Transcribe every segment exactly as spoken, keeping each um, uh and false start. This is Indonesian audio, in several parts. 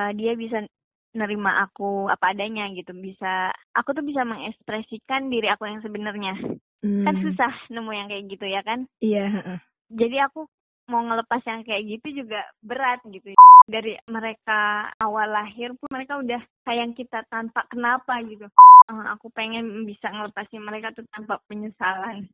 uh, dia bisa nerima aku apa adanya gitu, bisa aku tuh bisa mengekspresikan diri aku yang sebenarnya. Hmm. Kan susah nemu yang kayak gitu ya kan? Iya. Uh-uh. Jadi aku mau ngelepas yang kayak gitu juga berat gitu. Dari mereka awal lahir pun mereka udah sayang kita tanpa kenapa gitu. Uh, aku pengen bisa ngelepasin mereka tuh tanpa penyesalan.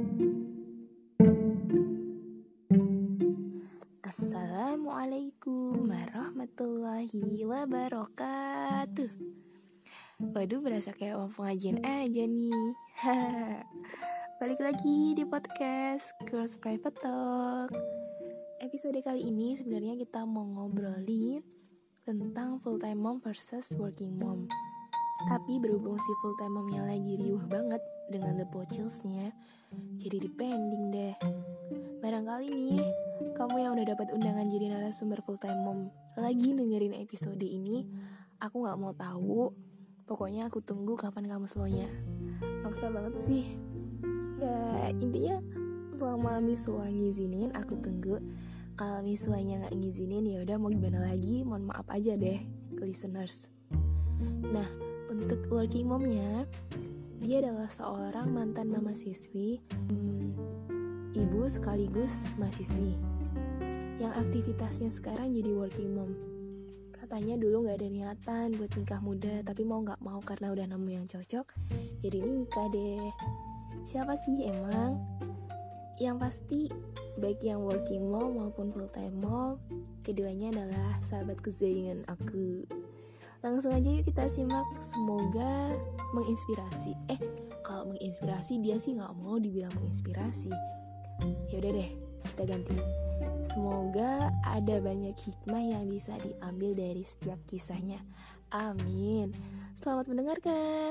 Assalamualaikum warahmatullahi wabarakatuh. Waduh, berasa kayak orang pengajian aja nih. Balik lagi di podcast Girls Private Talk. Episode kali ini sebenarnya kita mau ngobrolin tentang full time mom versus working mom. Tapi berhubung si full time momnya lagi riuh banget dengan the bocilsnya, jadi dipending deh. Barangkali nih kamu yang udah dapat undangan jadi narasumber full time mom lagi dengerin episode ini, aku gak mau tahu. Pokoknya aku tunggu kapan kamu slownya. Maksa banget sih. Ya intinya selama Miswa ngizinin aku tunggu. Kalau Miswanya gak ngizinin ya udah mau gimana lagi, mohon maaf aja deh ke listeners. Nah, untuk working momnya, dia adalah seorang mantan mama siswi, hmm, ibu sekaligus mahasiswi yang aktivitasnya sekarang jadi working mom. Katanya dulu gak ada niatan buat nikah muda, tapi mau gak mau karena udah nemu yang cocok, jadi nikah deh. Siapa sih emang? Yang pasti baik yang working mom maupun full time mom, keduanya adalah sahabat kesayangan aku. Langsung aja yuk kita simak, semoga menginspirasi. Eh, kalau menginspirasi dia sih gak mau dibilang menginspirasi. Yaudah deh, kita ganti. Semoga ada banyak hikmah yang bisa diambil dari setiap kisahnya. Amin. Selamat mendengarkan.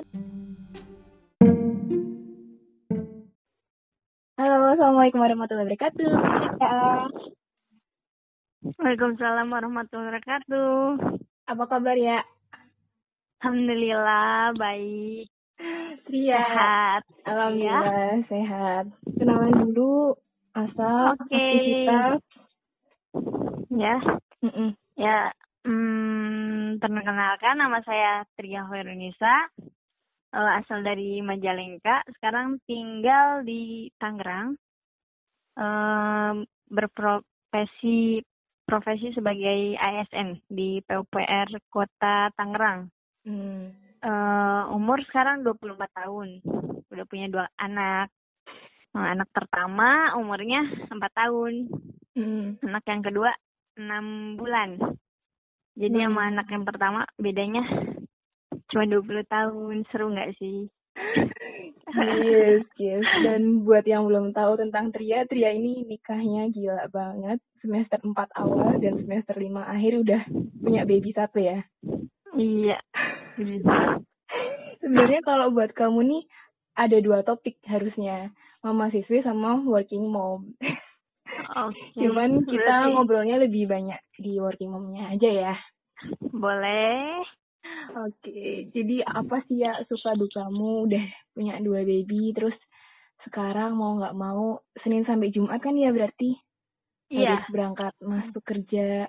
Halo, assalamualaikum warahmatullahi wabarakatuh. Ya. Waalaikumsalam warahmatullahi wabarakatuh. Apa kabar ya? Alhamdulillah baik. Tria. Sehat. Alhamdulillah ya. Sehat. Kenalan dulu asal okay. aktivitas. Ya. Mm-mm. Ya. Hmm, perkenalkan nama saya Tria Hoirunisa. Uh, asal dari Majalengka. Sekarang tinggal di Tangerang. Uh, berprofesi profesi sebagai A S N di P U P R Kota Tangerang. Hmm. Uh, umur sekarang dua puluh empat tahun. Udah punya dua anak. Uh, anak pertama umurnya empat tahun. Hmm. Anak yang kedua enam bulan. Jadi hmm. sama anak yang pertama bedanya cuma dua puluh tahun. Seru gak sih? Yes, yes. Dan buat yang belum tahu tentang Tria, Tria ini nikahnya gila banget. Semester empat awal dan semester lima akhir udah punya baby satu ya. Iya. Sebenarnya kalau buat kamu nih ada dua topik harusnya, mama siswi sama working mom. Okay. Cuman kita Berarti ngobrolnya lebih banyak di working momnya aja ya. Boleh. Oke, jadi apa sih ya suka dukamu udah punya dua baby, terus sekarang mau nggak mau Senin sampai Jumat kan ya berarti Iya. harus berangkat masuk kerja.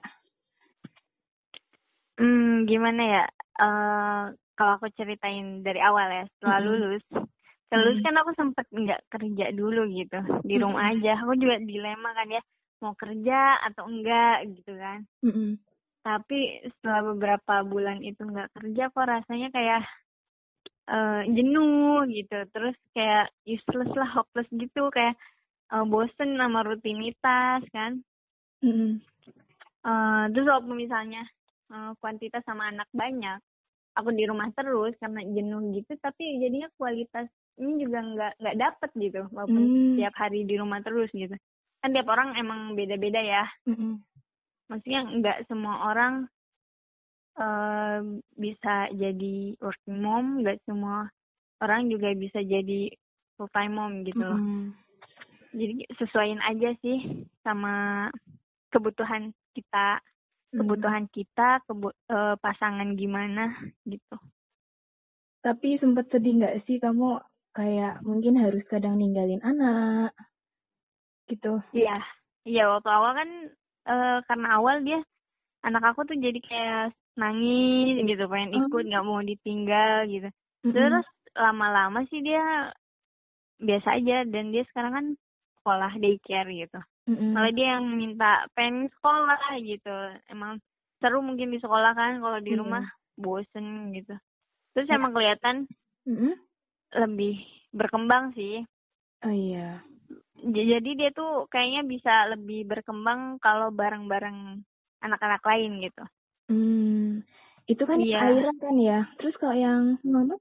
Hmm, gimana ya? Uh, kalau aku ceritain dari awal ya, setelah mm-hmm. lulus, setelah lulus mm-hmm. kan aku sempet nggak kerja dulu gitu, di rumah mm-hmm. aja. Aku juga dilema kan ya, mau kerja atau enggak gitu kan. Mm-hmm. Tapi setelah beberapa bulan itu nggak kerja, kok rasanya kayak uh, jenuh gitu, terus kayak useless lah, hopeless gitu, kayak uh, bosen sama rutinitas kan. Mm-hmm. Uh, terus waktu misalnya uh, kuantitas sama anak banyak, aku di rumah terus karena jenuh gitu, tapi jadinya kualitas ini juga nggak nggak dapet gitu, walaupun mm. tiap hari di rumah terus gitu. Kan tiap orang emang beda-beda ya. Mm-hmm. Maksudnya nggak semua orang uh, bisa jadi working mom, nggak semua orang juga bisa jadi full time mom gitu loh. Mm-hmm. Jadi sesuaiin aja sih sama kebutuhan kita, kebutuhan mm-hmm. kita, kebu- uh, pasangan gimana gitu. Tapi sempat sedih nggak sih kamu kayak mungkin harus kadang ninggalin anak gitu? Iya, iya waktu awal kan uh, karena awal dia anak aku tuh jadi kayak nangis gitu, pengen ikut, nggak Oh. mau ditinggal gitu. Mm-mm. Terus lama-lama sih dia biasa aja, dan dia sekarang kan sekolah daycare gitu. Mm-mm. Malah dia yang minta pengen sekolah gitu. Emang seru mungkin di sekolah kan, kalau di Iya. rumah bosen gitu. Terus Kayak- emang kelihatan Mm-mm. lebih berkembang sih. Oh iya. J- Jadi dia tuh kayaknya bisa lebih berkembang kalau bareng-bareng anak-anak lain gitu. Hmm. Itu kan yang Iya. Aira kan ya. Terus kalau yang Muhammad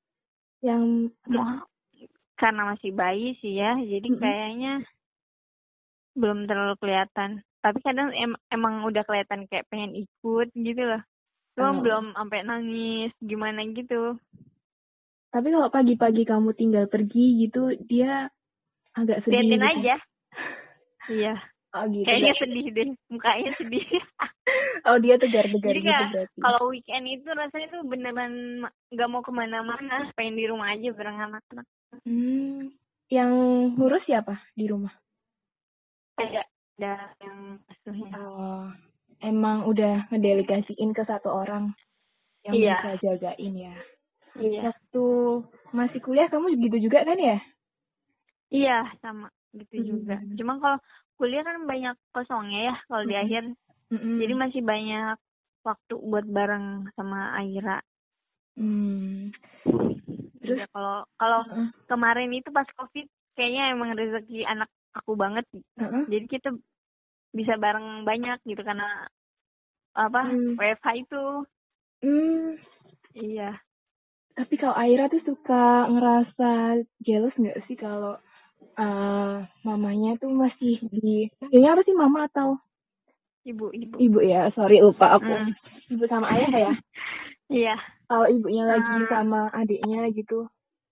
yang Mau karena masih bayi sih ya, jadi Mm-mm. kayaknya belum terlalu kelihatan. Tapi kadang em- emang udah kelihatan kayak pengen ikut gitu loh. Cuma Oh. belum sampai nangis gimana gitu. Tapi kalau pagi-pagi kamu tinggal pergi gitu, dia agak sedih Liatin gitu. aja. Iya. Oh gitu. Kayaknya berarti- sedih deh, mukanya sedih. Oh dia tegar-tegar Jadi gitu kayak berarti. kalau weekend itu rasanya tuh beneran ma- nggak mau kemana-mana, pengen di rumah aja bareng anak-anak. Hmm. Yang ngurus siapa di rumah? Ada ada yang asuhnya. Oh, emang udah ngedelegasiin ke satu orang yang Iya. bisa jagain ya. Iya. Waktu masih kuliah kamu gitu juga kan ya? Iya, sama gitu Hmm. juga. Cuma kalau kuliah kan banyak kosongnya ya kalau di Mm-mm. akhir. Mm-mm. Jadi masih banyak waktu buat bareng sama Aira. Hmm. Terus Iya, kalau kalau uh-uh. kemarin itu pas Covid kayaknya emang rezeki anak aku banget. Uh-uh. Jadi kita bisa bareng banyak gitu karena apa? Hmm. W F H itu. Hmm. Iya. Tapi kalau Aira tuh suka ngerasa jealous nggak sih kalau uh, mamanya tuh masih di, ini apa sih mama atau Ibu, ibu. ibu ya? Sorry lupa aku. Mm. Ibu sama ayah ya? Iya. Kalau ibunya lagi Uh, sama adiknya gitu.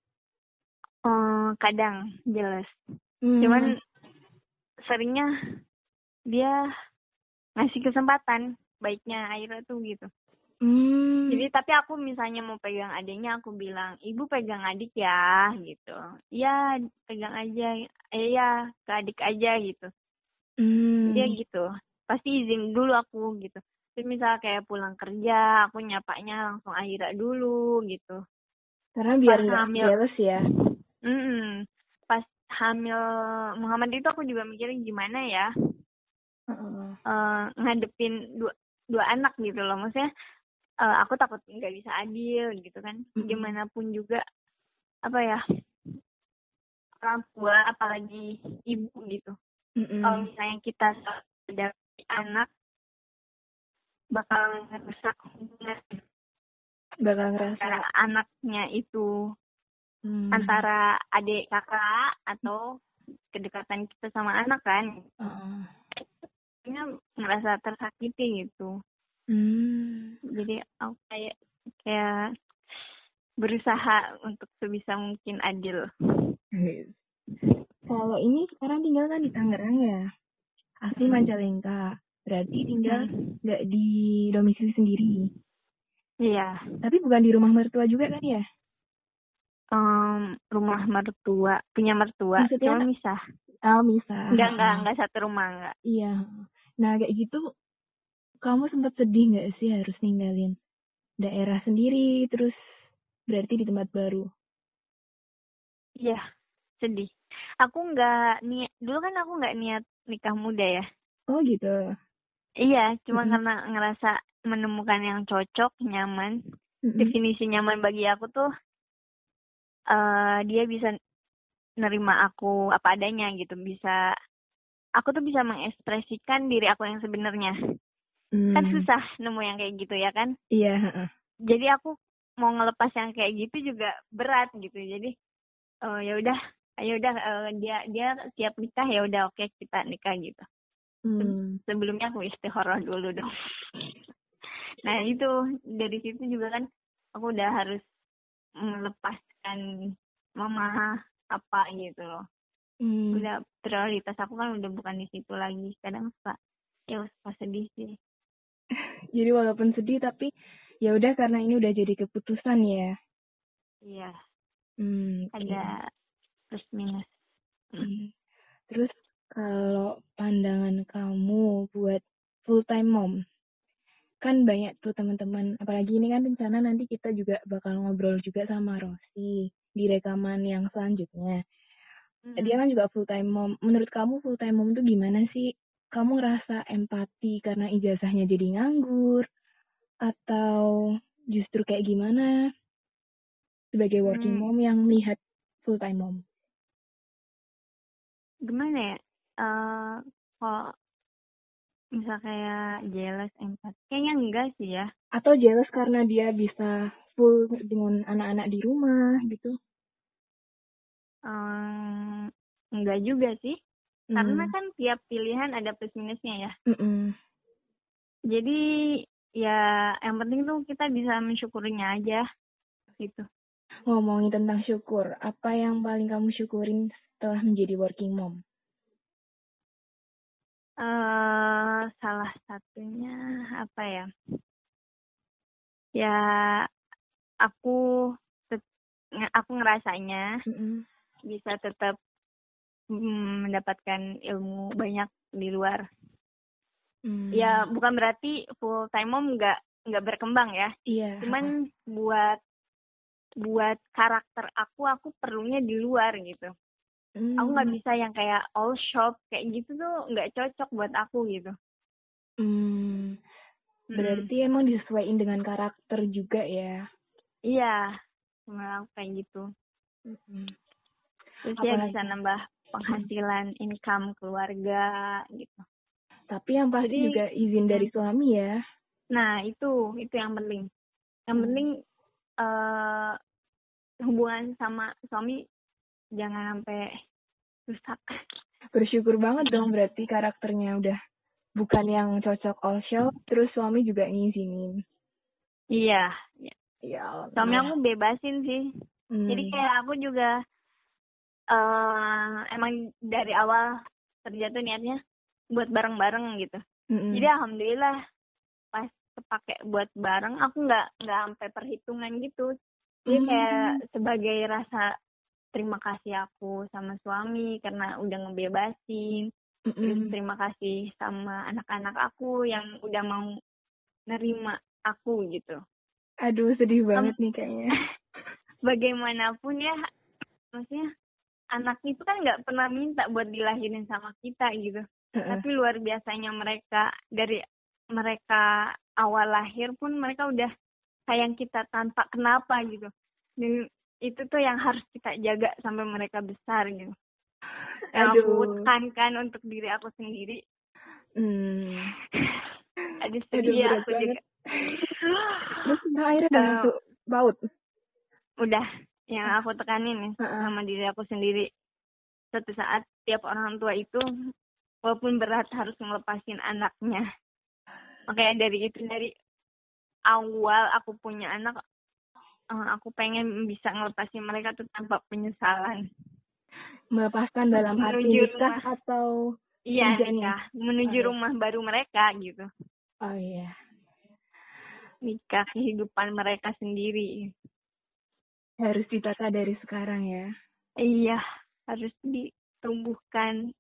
uh, kadang jelas. Hmm. Cuman seringnya dia ngasih kesempatan, baiknya Aira tuh gitu. Hmm. Jadi tapi aku misalnya mau pegang adiknya, aku bilang, ibu pegang adik ya gitu. Iya, pegang aja. Eh ya, ke adik aja gitu. Hmm. Dia gitu. Pasti izin dulu aku gitu. Terus misalnya kayak pulang kerja, aku nyapanya langsung Aira dulu gitu. Karena biar Pas nggak hamil. jealous ya. Mm-mm. Pas hamil Muhammad itu aku juga mikirin gimana ya Uh-uh. uh, ngadepin dua dua anak gitu loh. Maksudnya uh, aku takut nggak bisa adil gitu kan. Mm-mm. Gimana pun juga apa ya, orang tua apalagi ibu gitu. Mm-mm. Kalau misalnya kita ada anak bakal ngerusak hubungan Bakal ngerasa. antara anaknya itu Hmm. antara adik kakak atau kedekatan kita sama anak kan. Uh-uh. Ini ngerasa tersakiti gitu. Hmm. Jadi aku kayak kayak berusaha untuk sebisa mungkin adil. Yes. Kalau ini sekarang tinggal kan di Tangerang ya, asli Hmm. Majalengka. Berarti tinggal Hmm. nggak di domisili sendiri. Iya. Tapi bukan di rumah mertua juga kan ya? Um, rumah mertua, punya mertua, Maksudnya? cuma misah. Oh, misah. Enggak, enggak, enggak satu rumah, enggak. Iya. Nah kayak gitu, kamu sempat sedih nggak sih harus ninggalin daerah sendiri, terus berarti di tempat baru? Iya, sedih. Aku enggak niat, dulu kan aku enggak niat nikah muda ya. Oh gitu. Iya, cuma Mm-mm. karena ngerasa menemukan yang cocok, nyaman. Mm-mm. Definisi nyaman bagi aku tuh uh, dia bisa nerima aku apa adanya gitu, bisa aku tuh bisa mengekspresikan diri aku yang sebenarnya. Mm. Kan susah nemu yang kayak gitu ya kan. Iya. Uh-uh. Jadi aku mau ngelepas yang kayak gitu juga berat gitu. Jadi uh, ya udah, ya udah uh, dia dia siap nikah, ya udah oke kita nikah gitu. Hmm. Sebelumnya aku istikharah dulu dong. Nah itu dari situ juga kan aku udah harus melepaskan mama apa gitu loh. Hmm. Udah prioritas aku kan udah bukan di situ lagi. Kadang suka ya suka sedih sih. Jadi walaupun sedih tapi ya udah karena ini udah jadi keputusan ya. Iya. Hmm. Ada plus minus. Hmm. Terus kalau pandangan kamu buat full time mom, kan banyak tuh teman-teman, apalagi ini kan rencana nanti kita juga bakal ngobrol juga sama Rosi di rekaman yang selanjutnya. Hmm. Dia kan juga full time mom. Menurut kamu full time mom tuh gimana sih? Kamu ngerasa empati karena ijazahnya jadi nganggur? Atau justru kayak gimana sebagai working Hmm, mom yang melihat full time mom? gimana ya? Eh kalau misal kayak jealous, empat, kayaknya enggak sih ya. Atau jealous karena dia bisa full dengan anak-anak di rumah gitu? Eh, enggak juga sih. Karena Hmm. kan tiap pilihan ada plus minusnya ya. Mm-mm. Jadi ya yang penting tuh kita bisa mensyukurinya aja gitu. Ngomongin tentang syukur, apa yang paling kamu syukurin setelah menjadi working mom? Eh salah satunya apa ya? Ya aku tet- nge- aku ngerasanya Mm-mm. bisa tetap mm, mendapatkan ilmu banyak di luar. Hmm. Ya bukan berarti full time mom nggak nggak berkembang ya. Iya. Cuman buat buat karakter aku aku perlunya di luar gitu. Hmm. Aku nggak bisa yang kayak all shop kayak gitu tuh nggak cocok buat aku gitu. Hmm. Mm-mm. Berarti emang disesuaikan dengan karakter juga ya? Iya, cuma aku kayak gitu. Mm-mm. Terus ya Apalagi? bisa nambah penghasilan income keluarga gitu. Tapi yang pasti Jadi, juga izin dari suami ya? nah itu itu yang penting. Yang Hmm. penting eh hubungan sama suami jangan sampai rusak. Bersyukur banget dong berarti karakternya udah bukan yang cocok all shop, terus suami juga ngizinin. Iya, ya. Ya, Suami malah. aku bebasin sih. Hmm. Jadi kayak aku juga eh emang dari awal kerja tuh niatnya buat bareng-bareng gitu. Mm-mm. Jadi alhamdulillah pas kepake buat bareng aku nggak nggak sampai perhitungan gitu. Jadi kayak Hmm. sebagai rasa terima kasih aku sama suami karena udah ngebebasin. Terus Mm-mm. terima kasih sama anak-anak aku yang udah mau nerima aku gitu. Aduh, sedih Em, banget nih kayaknya. Bagaimanapun ya, maksudnya anak itu kan nggak pernah minta buat dilahirin sama kita gitu. Heeh. Tapi luar biasanya mereka dari mereka awal lahir pun mereka udah sayang kita tanpa kenapa gitu. Dan itu tuh yang harus kita jaga sampai mereka besar gitu. Yang aku Aduh. tekankan untuk diri aku sendiri. Hmm. Aduh Aduh, sedih ya berat aku banget. juga. Terus entah akhirnya udah Eh, masuk PAUD? udah yang aku tekanin nih Heeh. sama diri aku sendiri. Suatu saat tiap orang tua itu walaupun berat harus ngelepasin anaknya. Makanya dari itu dari awal aku punya anak, eh, aku pengen bisa ngelepasin mereka tuh tanpa penyesalan. Melepaskan dalam arti Menuju nikah rumah. atau Iya kerjanya? nikah, menuju Oh, iya. rumah baru mereka gitu. Oh iya. Nikah kehidupan mereka sendiri. Harus ditata dari sekarang ya. Iya, harus ditumbuhkan.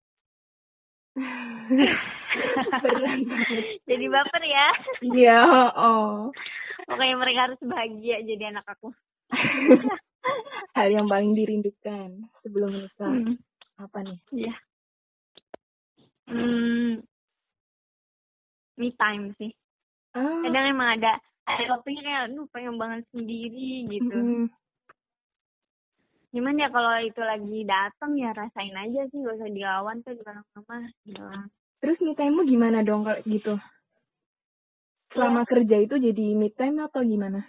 Berat banget. Jadi baper ya. Iya, oh. Pokoknya mereka harus bahagia jadi anak aku. Hal yang paling dirindukan sebelum menikah. Hmm. Apa nih? Iya. Hmm, me time sih. Ah. Kadang emang ada ada waktunya kayak aduh pengen banget sendiri gitu. Mm-mm. Cuman ya kalau itu lagi datang ya rasain aja sih, gak usah dilawan tuh di rumah hilang. Terus me time-mu gimana dong kalau gitu? Selama kerja itu jadi me time atau gimana?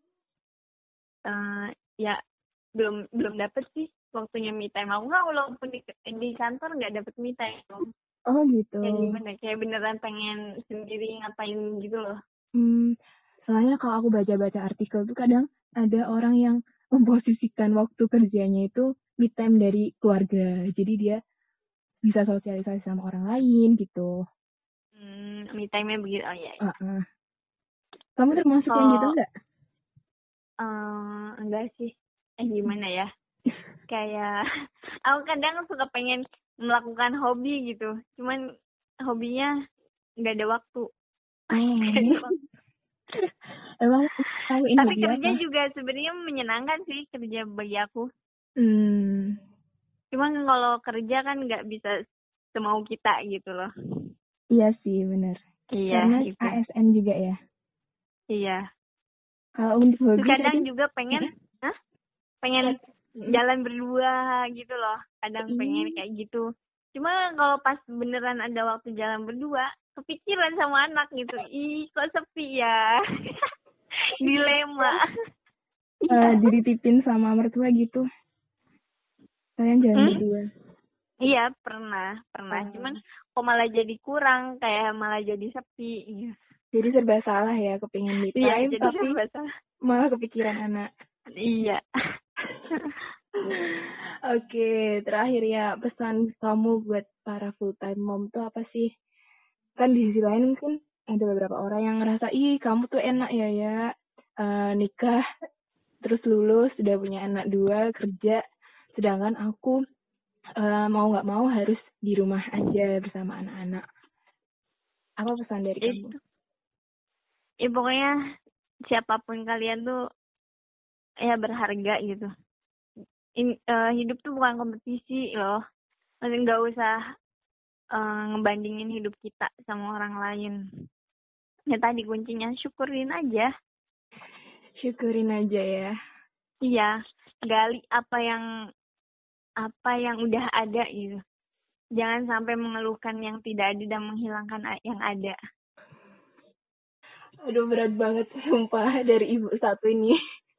Uh, ya belum belum dapet sih waktunya me time. Aku nggak walaupun di, di kantor nggak dapet me time. Oh gitu. Kayak gimana? Kayak beneran pengen sendiri ngapain gitu loh. Hmm, soalnya kalau aku baca-baca artikel tuh kadang ada orang yang memposisikan waktu kerjanya itu me time dari keluarga. Jadi dia bisa sosialisasi sama orang lain gitu. Hmm, me time-nya begitu. Oh iya. iya. Uh-uh. Kamu termasuk Kalo, yang gitu nggak? Uh, enggak sih. Eh gimana ya? Kayak aku kadang suka pengen melakukan hobi gitu. Cuman hobinya nggak ada waktu. Oh. Emang kamu ini Tapi hobi kerja apa? juga sebenarnya menyenangkan sih kerja bagi aku. Hmm, Cuma kalau kerja kan nggak bisa semau kita gitu loh. iya sih benar. Iya Karena itu. A S N juga ya. Iya. Kalau untuk Terus hobi kadang tadi, juga pengen, hah? Pengen jalan berdua gitu loh. Kadang pengen kayak gitu. Cuma kalau pas beneran ada waktu jalan berdua, kepikiran sama anak gitu. Ih, kok sepi ya. Dilema. uh, dititipin sama mertua gitu. Kalian jalan Hmm? berdua. Iya, pernah, pernah. Uh. Cuman kok malah jadi kurang, kayak malah jadi sepi. Jadi serba salah ya, kepingin me Iya, time, jadi tapi serba salah. malah kepikiran anak. Iya. Oke, terakhir ya, pesan kamu buat para full time mom tuh apa sih? Kan di sisi lain mungkin ada beberapa orang yang ngerasa, ih kamu tuh enak ya ya, uh, nikah, terus lulus, udah punya anak dua, kerja. Sedangkan aku uh, mau gak mau harus di rumah aja bersama anak-anak. Apa pesan dari kamu? Itu. Ya pokoknya siapapun kalian tuh ya berharga gitu. In, uh, hidup tuh bukan kompetisi loh. Maksudnya nggak usah uh, ngebandingin hidup kita sama orang lain. Ya tadi kuncinya syukurin aja. Syukurin aja ya. Iya, gali apa yang apa yang udah ada gitu. Jangan sampai mengeluhkan yang tidak ada dan menghilangkan yang ada. Aduh berat banget sumpah dari ibu satu ini.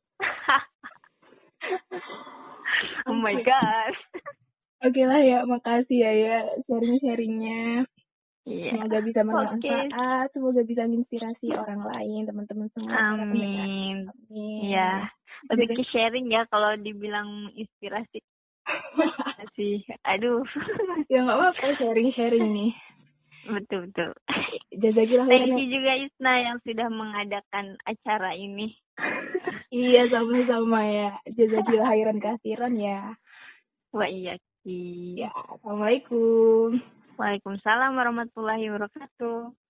Oh my god. Oke lah ya, makasih ya ya sharing-sharingnya. Iya. Semoga bisa bermanfaat, Okay. semoga bisa menginspirasi orang lain, teman-teman semua. Amin. Amin. Iya. Lebih ke sharing ya kalau dibilang inspirasi. Sih, aduh. Ya nggak apa-apa, sharing-sharing nih. Betul betul. Jazakillah Thank khairan. you juga Isna yang sudah mengadakan acara ini. Iya sama-sama ya. Jazakillah khairan kasiran ya. Wa iyaki. Ya, assalamualaikum. Waalaikumsalam warahmatullahi wabarakatuh.